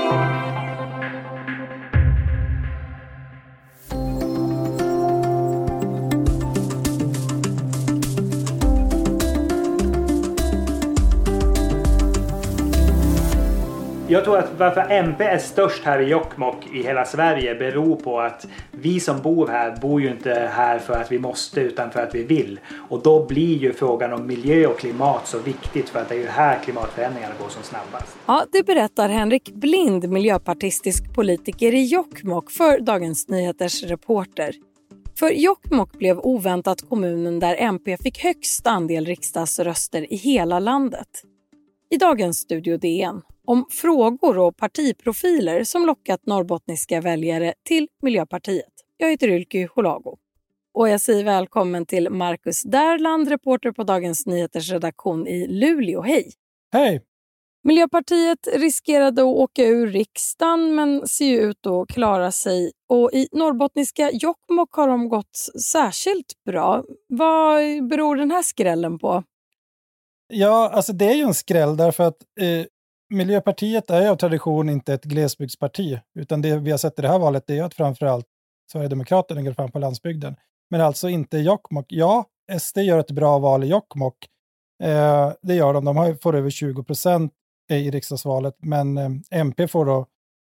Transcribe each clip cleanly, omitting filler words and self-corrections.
Jag tror att varför MP är störst här i Jokkmokk i hela Sverige beror på att vi som bor här bor ju inte här för att vi måste utan för att vi vill. Och då blir ju frågan om miljö och klimat så viktigt för att det är ju här klimatförändringarna går som snabbast. Ja, det berättar Henrik Blind, miljöpartistisk politiker i Jokkmokk för Dagens Nyheters reporter. För Jokkmokk blev oväntat kommunen där MP fick högst andel riksdagsröster i hela landet. I dagens Studio DN om frågor och partiprofiler som lockat norrbottniska väljare till Miljöpartiet. Jag heter Ylke Holago. Och jag säger välkommen till Marcus Därland, reporter på Dagens Nyheters redaktion i Luleå. Hej! Hej! Miljöpartiet riskerade att åka ur riksdagen men ser ju ut att klara sig. Och i norrbottniska Jokkmokk har de gått särskilt bra. Vad beror den här skrällen på? Ja, alltså det är ju en skräll därför att Miljöpartiet är av tradition inte ett glesbygdsparti, utan det vi har sett i det här valet är att framförallt Sverigedemokraterna går fram på landsbygden. Men alltså inte Jokkmokk. Ja, SD gör ett bra val i Jokkmokk. Det gör de. De får över 20% i riksdagsvalet, men MP får då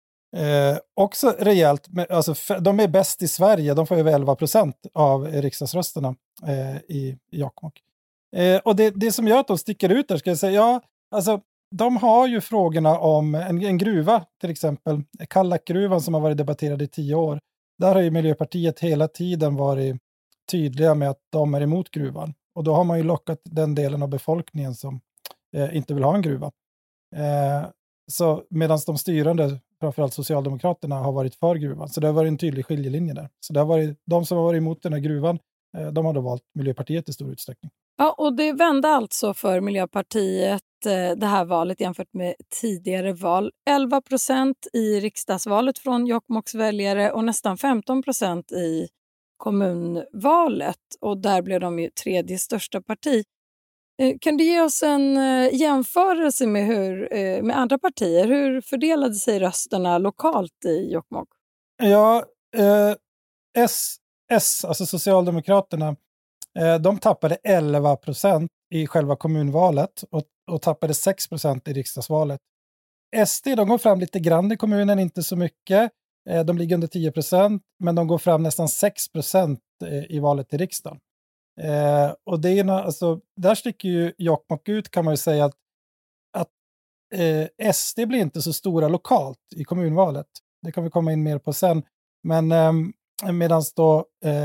också rejält. Alltså, de är bäst i Sverige. De får över 11% av riksdagsrösterna i Jokkmokk. Och det som gör att de sticker ut där, ska jag säga, ja, alltså de har ju frågorna om en gruva, till exempel Kallakgruvan som har varit debatterad i 10 år. Där har ju Miljöpartiet hela tiden varit tydliga med att de är emot gruvan. Och då har man ju lockat den delen av befolkningen som inte vill ha en gruva. Så medan de styrande, framförallt Socialdemokraterna, har varit för gruvan. Så det har varit en tydlig skiljelinje där. Så det har varit, de som har varit emot den här gruvan, de har då valt Miljöpartiet i stor utsträckning. Ja, och det vände alltså för Miljöpartiet det här valet jämfört med tidigare val. 11% i riksdagsvalet från Jokkmokks väljare och nästan 15% i kommunvalet. Och där blev de ju tredje största parti. Kan du ge oss en jämförelse med andra partier? Hur fördelade sig rösterna lokalt i Jokkmokk? Ja, alltså Socialdemokraterna, de tappade 11% i själva kommunvalet och tappade 6% i riksdagsvalet. SD, de går fram lite grann i kommunen, inte så mycket. De ligger under 10%, men de går fram nästan 6% i valet till riksdagen. Och det är alltså, där sticker ju Jokkmokk ut, kan man ju säga, att SD blir inte så stora lokalt i kommunvalet. Det kan vi komma in mer på sen. Men medan då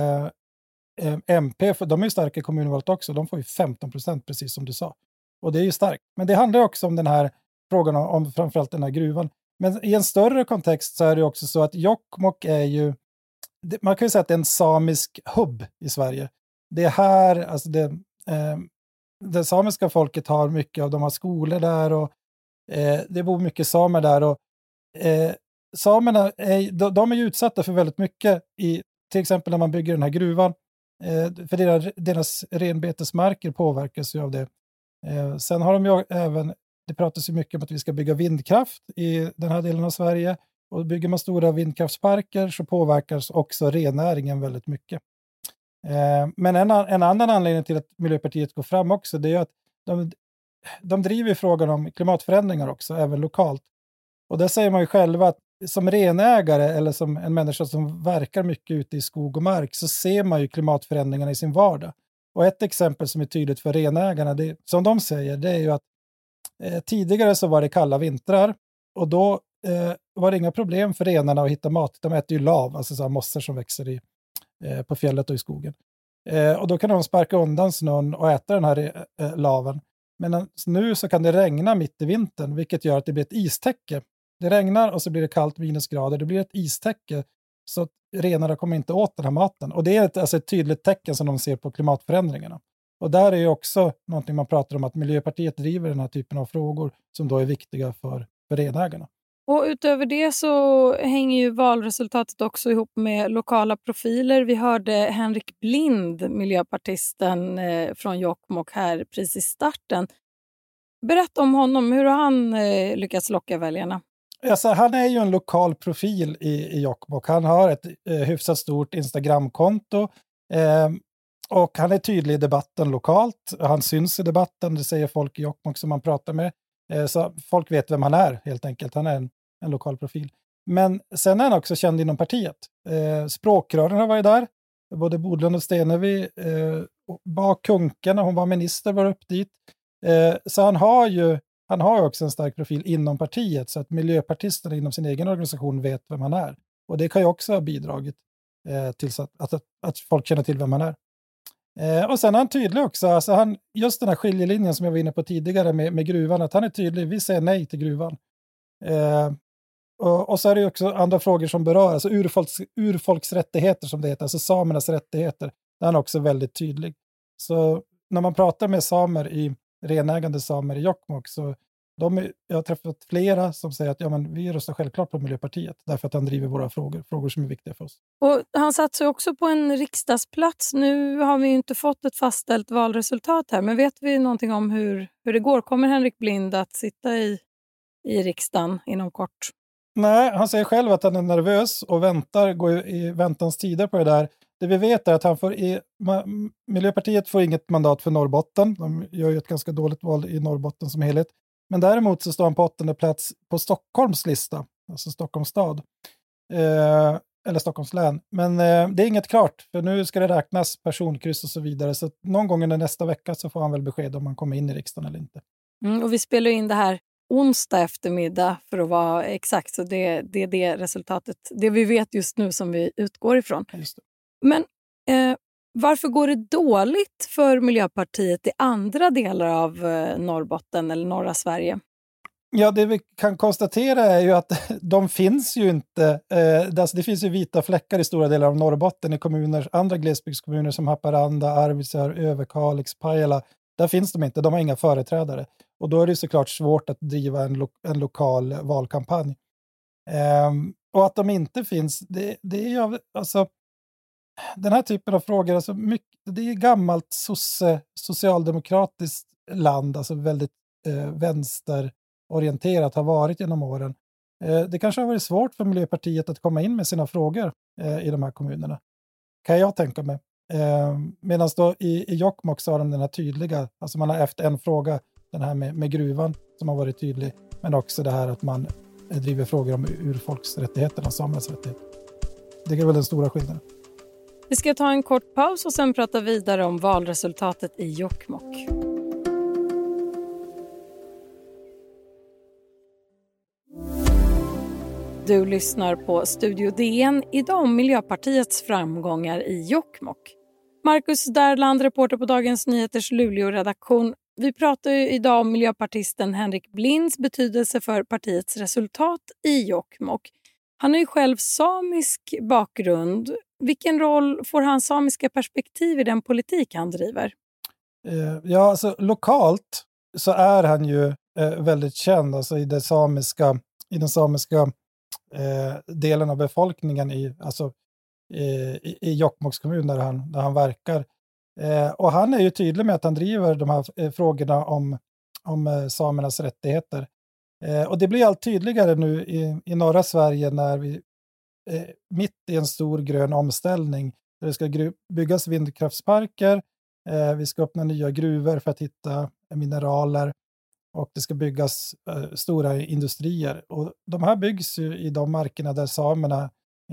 MP, för de är ju starka i kommunvalet också, de får ju 15% precis som du sa. Och det är ju starkt. Men det handlar också om den här frågan om framförallt den här gruvan. Men i en större kontext så är det också så att Jokkmokk är ju, man kan ju säga att det är en samisk hubb i Sverige. Det är här, alltså det samiska folket har mycket av, de har skolor där och det bor mycket samer där och samerna de är ju utsatta för väldigt mycket till exempel när man bygger den här gruvan. För deras renbetesmarker påverkas ju av det. Sen har de ju även, det pratas ju mycket om att vi ska bygga vindkraft i den här delen av Sverige. Och bygger man stora vindkraftsparker så påverkas också rennäringen väldigt mycket. Men en annan anledning till att Miljöpartiet går fram också, det är att de driver frågan om klimatförändringar också, även lokalt. Och där säger man ju själva att som renägare eller som en människa som verkar mycket ute i skog och mark så ser man ju klimatförändringarna i sin vardag. Och ett exempel som är tydligt för renägarna, som de säger, det är ju att tidigare så var det kalla vintrar och då var det inga problem för renarna att hitta mat. De äter ju lav, alltså så här mossor som växer på fjället och i skogen. Och då kan de sparka undan snön och äta den här laven. Men nu så kan det regna mitt i vintern, vilket gör att det blir ett istäcke. Det regnar och så blir det kallt, minusgrader. Det blir ett istäcke så att renarna kommer inte åt den här maten. Och det är alltså ett tydligt tecken som de ser på klimatförändringarna. Och där är ju också någonting man pratar om, att Miljöpartiet driver den här typen av frågor som då är viktiga för renägarna. Och utöver det så hänger ju valresultatet också ihop med lokala profiler. Vi hörde Henrik Blind, miljöpartisten från Jokkmokk här precis i starten. Berätta om honom, hur har han lyckats locka väljarna? Alltså, han är ju en lokal profil i Jokkmokk. Han har ett hyfsat stort Instagramkonto och han är tydlig i debatten lokalt. Han syns i debatten, det säger folk i Jokkmokk som man pratar med. Så folk vet vem han är helt enkelt. Han är en lokal profil. Men sen är han också känd inom partiet. Språkrören har varit där. Både Bodlund och Stenevi Kunken, när hon var minister, var upp dit. Så han har också en stark profil inom partiet, så att miljöpartisterna inom sin egen organisation vet vem han är. Och det kan ju också ha bidragit till att folk känner till vem han är. Och sen är han tydlig också, alltså just den här skiljelinjen som jag var inne på tidigare med gruvan, att han är tydlig, vi säger nej till gruvan. Och så är det ju också andra frågor som berör, alltså urfolksrättigheter som det heter, alltså samernas rättigheter, där är han också väldigt tydlig. Så när man pratar med renägande samer i Jokkmokk, så jag har träffat flera som säger att vi röstar självklart på Miljöpartiet därför att han driver våra frågor som är viktiga för oss. Och han satt sig också på en riksdagsplats. Nu har vi ju inte fått ett fastställt valresultat här, men vet vi någonting om hur det går? Kommer Henrik Blind att sitta i riksdagen inom kort? Nej, han säger själv att han är nervös och går i väntans tider på det där. Det vi vet är att Miljöpartiet får inget mandat för Norrbotten. De gör ju ett ganska dåligt val i Norrbotten som helhet. Men däremot så står han på 8:e plats på Stockholms lista, alltså Stockholms stad. Eller Stockholms län. Men det är inget klart, för nu ska det räknas personkryss och så vidare. Så någon gång under nästa vecka så får han väl besked om han kommer in i riksdagen eller inte. Och vi spelar in det här onsdag eftermiddag för att vara exakt. Så det är det resultatet, det vi vet just nu som vi utgår ifrån. Just det. Men varför går det dåligt för Miljöpartiet i andra delar av Norrbotten eller norra Sverige? Ja, det vi kan konstatera är ju att de finns ju inte. Det finns ju vita fläckar i stora delar av Norrbotten, i andra glesbygdskommuner som Haparanda, Arvidsjaur, Överkalix, Pajala. Där finns de inte, de har inga företrädare. Och då är det såklart svårt att driva en lokal valkampanj. Och att de inte finns, det är ju alltså den här typen av frågor, alltså det är gammalt socialdemokratiskt land, alltså väldigt vänsterorienterat har varit genom åren. Det kanske har varit svårt för Miljöpartiet att komma in med sina frågor i de här kommunerna, kan jag tänka mig. Medan då i Jokkmokk så har de den här tydliga, alltså man har efter en fråga, den här med gruvan som har varit tydlig, men också det här att man driver frågor om urfolksrättigheterna, samernas rättigheter. Det är väl den stora skillnaden. Vi ska ta en kort paus och sen prata vidare om valresultatet i Jokkmokk. Du lyssnar på Studio DN, idag om Miljöpartiets framgångar i Jokkmokk. Marcus Därland, reporter på Dagens Nyheters Luleå-redaktion. Vi pratar ju idag om miljöpartisten Henrik Blinds betydelse för partiets resultat i Jokkmokk. Han har ju själv samisk bakgrund. Vilken roll får hans samiska perspektiv i den politik han driver? Ja, alltså lokalt så är han ju väldigt känd, alltså i den samiska delen av befolkningen i Jokkmokks kommun där han verkar. Och han är ju tydlig med att han driver de här frågorna om samernas rättigheter. Och det blir allt tydligare nu i norra Sverige när vi mitt i en stor grön omställning. Där det ska byggas vindkraftsparker, vi ska öppna nya gruvor för att hitta mineraler och det ska byggas stora industrier. Och de här byggs ju i de markerna där samerna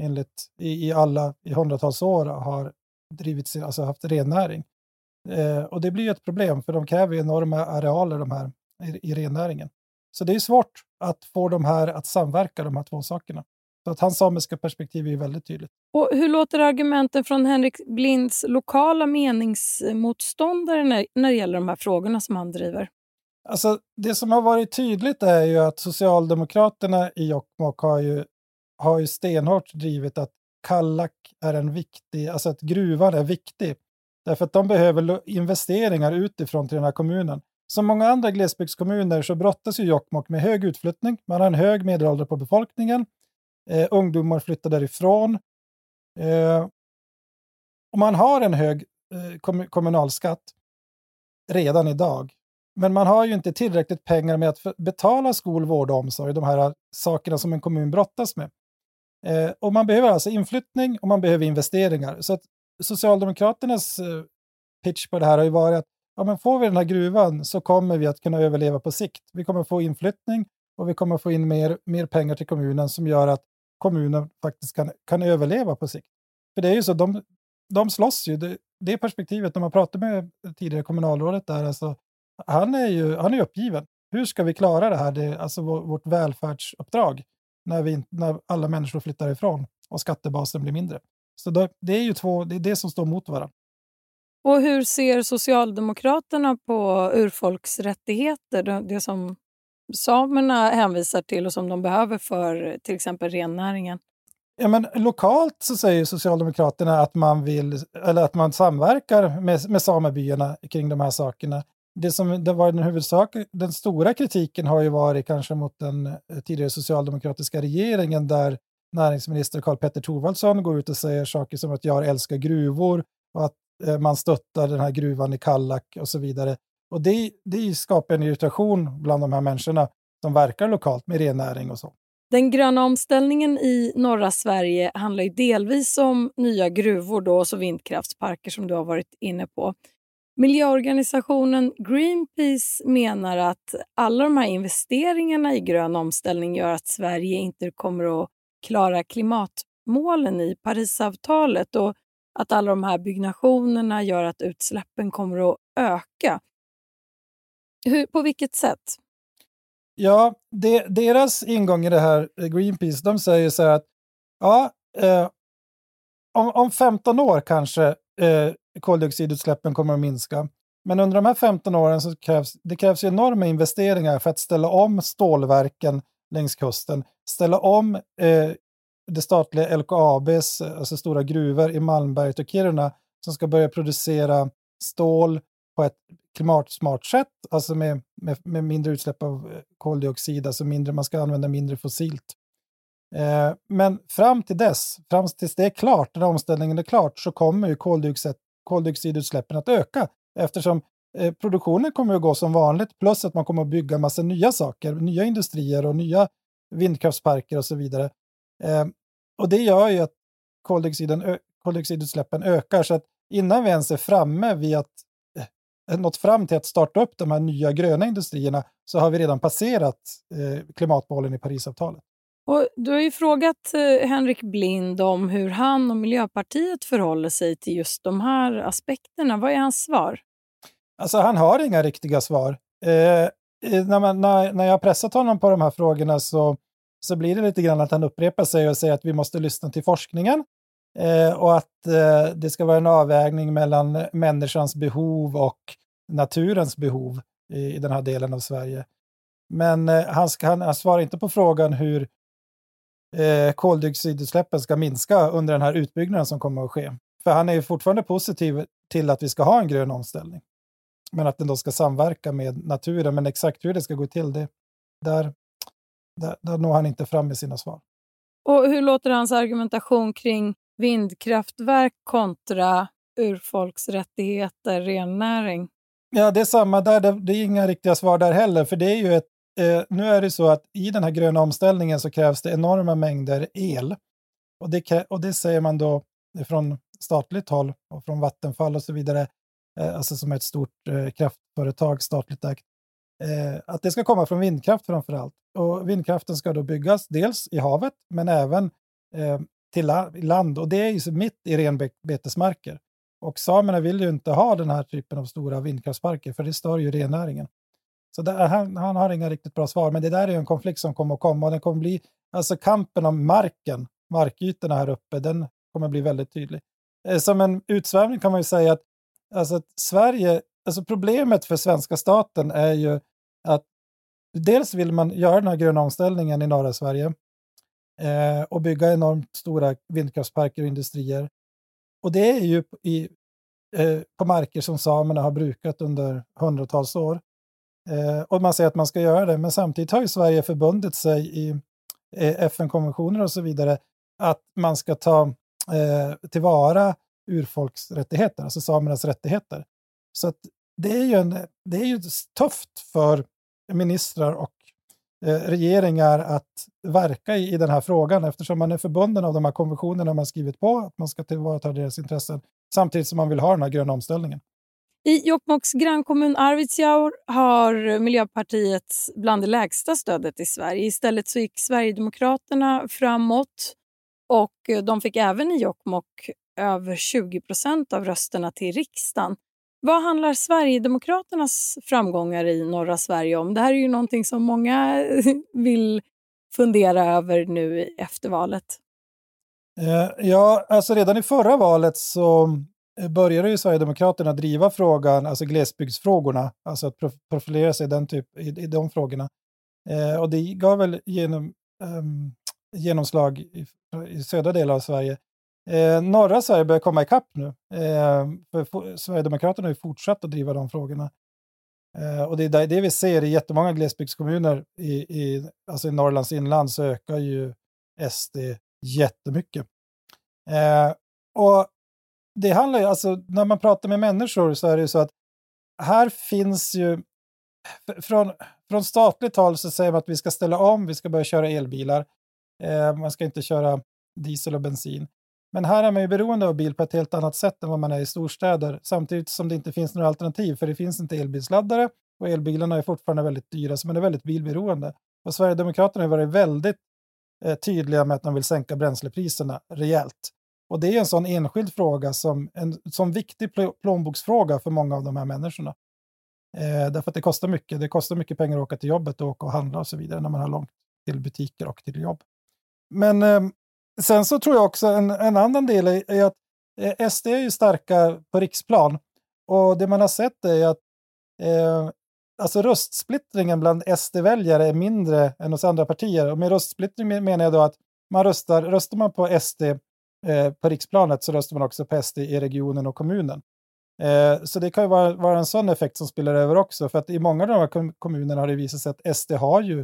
i hundratals år har haft rennäring. Och det blir ju ett problem för de kräver enorma arealer de här i rennäringen. Så det är svårt att få de här att samverka, de här två sakerna. Så att hans samiska perspektiv är väldigt tydligt. Och hur låter argumenten från Henrik Blinds lokala meningsmotståndare när det gäller de här frågorna som han driver? Alltså det som har varit tydligt är ju att Socialdemokraterna i Jokkmokk har ju stenhårt drivit att Kallak är att gruvan är viktig. Därför att de behöver investeringar utifrån till den här kommunen. Som många andra glesbygdskommuner så brottas ju Jokkmokk med hög utflyttning. Man har en hög medelålder på befolkningen. Ungdomar flyttar därifrån. Och man har en hög kommunalskatt redan idag. Men man har ju inte tillräckligt pengar med att betala skol, vård och omsorg, de här sakerna som en kommun brottas med. Och man behöver alltså inflyttning och man behöver investeringar. Så att Socialdemokraternas pitch på det här har ju varit att ja, men får vi den här gruvan så kommer vi att kunna överleva på sikt. Vi kommer få inflyttning och vi kommer få in mer pengar till kommunen som gör att kommunen faktiskt kan överleva på sikt. För det är ju så, de slåss ju. Det perspektivet när man pratar med tidigare kommunalrådet där, alltså, han är uppgiven. Hur ska vi klara det här? Det är alltså vårt välfärdsuppdrag när alla människor flyttar ifrån och skattebasen blir mindre. Så det är ju det är det som står mot varandra. Och hur ser Socialdemokraterna på urfolksrättigheter, det som samerna hänvisar till och som de behöver för till exempel rennäringen? Ja, men lokalt så säger Socialdemokraterna att att man samverkar med samebyarna kring de här sakerna. Det var den stora kritiken har ju varit kanske mot den tidigare socialdemokratiska regeringen där näringsminister Karl-Petter Thorwaldsson går ut och säger saker som att jag älskar gruvor och att man stöttar den här gruvan i Kallak och så vidare. Och det skapar en irritation bland de här människorna som verkar lokalt med rennäring och så. Den gröna omställningen i norra Sverige handlar ju delvis om nya gruvor då, och så vindkraftsparker som du har varit inne på. Miljöorganisationen Greenpeace menar att alla de här investeringarna i grön omställning gör att Sverige inte kommer att klara klimatmålen i Parisavtalet och att alla de här byggnationerna gör att utsläppen kommer att öka. På vilket sätt? Ja, deras ingång i det här, Greenpeace, de säger så här att om 15 år kanske koldioxidutsläppen kommer att minska. Men under de här 15 åren så krävs enorma investeringar för att ställa om stålverken längs kusten, ställa om det statliga LKABs alltså stora gruvor i Malmberget och Kiruna som ska börja producera stål på ett klimatsmart sätt, alltså med mindre utsläpp av koldioxid, alltså man ska använda mindre fossilt. Men fram tills det är klart, när omställningen är klart, så kommer ju koldioxidutsläppen att öka eftersom produktionen kommer att gå som vanligt plus att man kommer att bygga massa nya saker, nya industrier och nya vindkraftsparker och så vidare. Och det gör ju att koldioxidutsläppen ökar, så att innan vi ens är framme vid att nått fram till att starta upp de här nya gröna industrierna så har vi redan passerat klimatmålen i Parisavtalet. Och du har ju frågat Henrik Blind om hur han och Miljöpartiet förhåller sig till just de här aspekterna. Vad är hans svar? Alltså han har inga riktiga svar. När jag har pressat honom på de här frågorna så blir det lite grann att han upprepar sig och säger att vi måste lyssna till forskningen och att det ska vara en avvägning mellan människans behov och naturens behov i den här delen av Sverige. Men han svarar inte på frågan hur koldioxidutsläppen ska minska under den här utbyggnaden som kommer att ske. För han är ju fortfarande positiv till att vi ska ha en grön omställning. Men att den då ska samverka med naturen. Men exakt hur det ska gå till, där når han inte fram med sina svar. Och hur låter hans argumentation kring vindkraftverk kontra urfolksrättigheter, rennäring? Ja, det är samma där. Det är inga riktiga svar där heller. För det är ju nu är det så att i den här gröna omställningen så krävs det enorma mängder el. Och det säger man då från statligt håll och från Vattenfall och så vidare, alltså som är ett stort kraftföretag, statligt ägt, att det ska komma från vindkraft framför allt. Och vindkraften ska då byggas dels i havet men även till land. Och det är ju så mitt i renbetesmarker. Och samerna vill ju inte ha den här typen av stora vindkraftsparker för det stör ju rennäringen. Så han har inga riktigt bra svar, men det där är en konflikt som kommer att komma och den kommer bli, alltså kampen om markytorna här uppe, den kommer bli väldigt tydlig. Som en utsvävning kan man ju säga att Sverige, alltså problemet för svenska staten är ju att dels vill man göra den här gröna omställningen i norra Sverige och bygga enormt stora vindkraftsparker och industrier. Och det är ju på marker som samerna har brukat under hundratals år. Och man säger att man ska göra det, men samtidigt har ju Sverige förbundit sig i FN-konventioner och så vidare att man ska ta tillvara urfolksrättigheter, alltså samernas rättigheter. Så att det är ju tufft för ministrar och regeringar att verka i den här frågan, eftersom man är förbunden av de här konventionerna man skrivit på, att man ska tillvarata deras intressen, samtidigt som man vill ha den här gröna omställningen. I Jokkmokks grannkommun Arvidsjaur har Miljöpartiet bland det lägsta stödet i Sverige. Istället så gick Sverigedemokraterna framåt och de fick även i Jokkmokk över 20% av rösterna till riksdagen. Vad handlar Sverigedemokraternas framgångar i norra Sverige om? Det här är ju någonting som många vill fundera över nu efter valet. Ja, alltså redan i förra valet så började ju Sverigedemokraterna driva frågan, alltså glesbygdsfrågorna, alltså att profilera sig i de frågorna. Och det gav väl genomslag i södra delar av Sverige. Norra Sverige börjar komma ikapp nu. För Sverigedemokraterna har ju fortsatt att driva de frågorna. Och det är det vi ser i jättemånga glesbygdskommuner alltså i Norrlands inland, så ökar ju SD jättemycket. Och det handlar ju, alltså när man pratar med människor så är det ju så att här finns ju från statligt håll så säger man att vi ska ställa om, vi ska börja köra elbilar. Man ska inte köra diesel och bensin. Men här är man ju beroende av bil på ett helt annat sätt än vad man är i storstäder, samtidigt som det inte finns några alternativ, för det finns inte elbilsladdare och elbilarna är fortfarande väldigt dyra, så man är väldigt bilberoende. Och Sverigedemokraterna har varit väldigt tydliga med att de vill sänka bränslepriserna rejält. Och det är en sån enskild fråga, som viktig plånboksfråga för många av de här människorna. Därför att det kostar mycket. Det kostar mycket pengar att åka till jobbet och åka och handla och så vidare när man har långt till butiker och till jobb. Men sen så tror jag också en annan del är att SD är ju starka på riksplan. Och det man har sett är att alltså röstsplittringen bland SD-väljare är mindre än hos andra partier. Och med röstsplittring menar jag då att röstar man på SD på riksplanet, så röstar man också på SD i regionen och kommunen. Så det kan ju vara en sån effekt som spelar över också. För att i många av de här kommunerna har det visat sig att SD har ju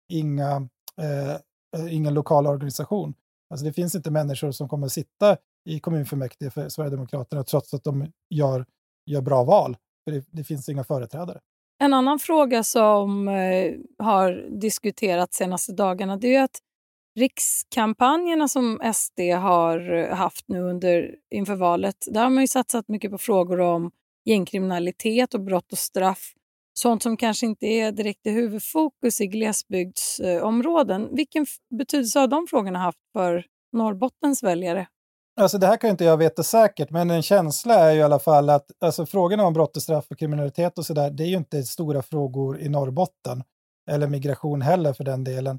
ingen lokal organisation. Alltså det finns inte människor som kommer att sitta i kommunfullmäktige för Sverigedemokraterna trots att de gör bra val. För det finns inga företrädare. En annan fråga som har diskuterats senaste dagarna, det är ju att rikskampanjerna som SD har haft nu inför valet, där har man ju satsat mycket på frågor om gängkriminalitet och brott och straff. Sånt som kanske inte är direkt i huvudfokus i glesbygdsområden. Vilken betydelse har de frågorna haft för Norrbottens väljare? Alltså det här kan inte jag veta säkert, men en känsla är ju i alla fall att alltså frågorna om brott och straff och kriminalitet och sådär, det är ju inte stora frågor i Norrbotten. Eller migration heller för den delen.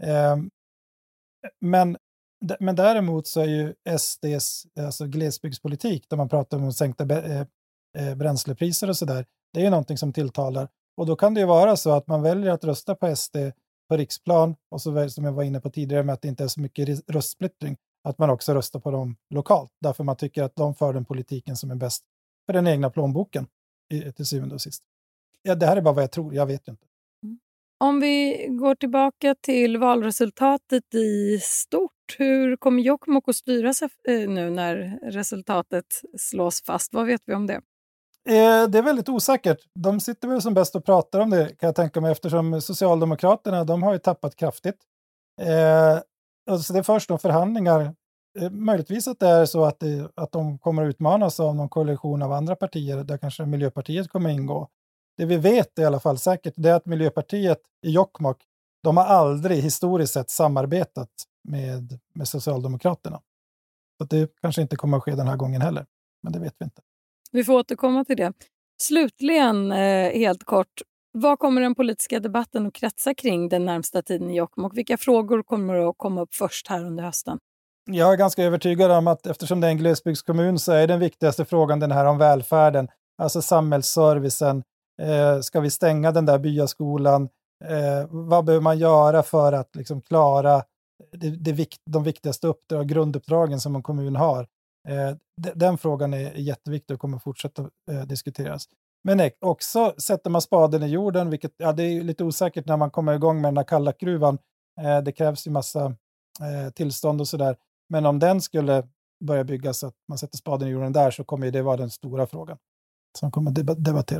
Men däremot så är ju SDs alltså glesbygdspolitik, där man pratar om sänkta bränslepriser och sådär, det är ju någonting som tilltalar. Och då kan det ju vara så att man väljer att rösta på SD på riksplan, och så som jag var inne på tidigare med att det inte är så mycket röstsplittring, att man också röstar på dem lokalt. Därför man tycker att de för den politiken som är bäst för den egna plånboken till syvende och sist. Ja, det här är bara vad jag tror, jag vet inte. Om vi går tillbaka till valresultatet i stort, hur kommer Jokkmokk att styra sig nu när resultatet slås fast? Vad vet vi om det? Det är väldigt osäkert. De sitter väl som bäst och pratar om det, kan jag tänka mig, eftersom Socialdemokraterna, de har ju tappat kraftigt. Så det är först då förhandlingar. Möjligtvis att det är så att de kommer att utmanas av någon koalition av andra partier, där kanske Miljöpartiet kommer ingå. Det vi vet i alla fall säkert, det är att Miljöpartiet i Jokkmokk, de har aldrig historiskt sett samarbetat med Socialdemokraterna. Så det kanske inte kommer att ske den här gången heller, men det vet vi inte. Vi får återkomma till det. Slutligen, helt kort, vad kommer den politiska debatten att kretsa kring den närmsta tiden i Jokkmokk? Vilka frågor kommer att komma upp först här under hösten? Jag är ganska övertygad om att eftersom det är en glesbygdskommun så är den viktigaste frågan den här om välfärden, alltså samhällsservicen. Ska vi stänga den där byaskolan? Vad behöver man göra för att liksom klara de viktigaste grunduppdragen som en kommun har? Den frågan är jätteviktig och kommer fortsätta diskuteras. Men också sätter man spaden i jorden, vilket det är lite osäkert när man kommer igång med den här Kallakgruvan. Det krävs ju massa tillstånd och sådär. Men om den skulle börja byggas så att man sätter spaden i jorden där, så kommer det vara den stora frågan som kommer debatteras.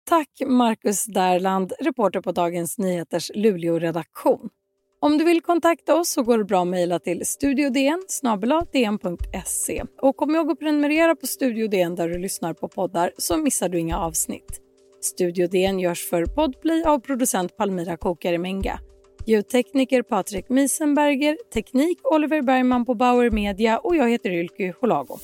Tack Marcus Därland, reporter på Dagens Nyheters Luleå-redaktion. Om du vill kontakta oss så går det bra att mejla till studiodn@dn.se. Och kom ihåg att prenumerera på Studio DN där du lyssnar på poddar så missar du inga avsnitt. Studio DN görs för Podplay av producent Palmira Kokarimenga. Ljudtekniker Patrik Miesenberger, teknik Oliver Bergman på Bauer Media och jag heter Ylky Holago.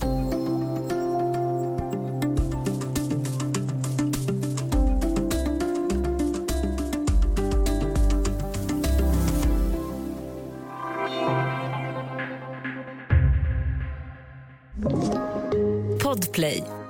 Podplay.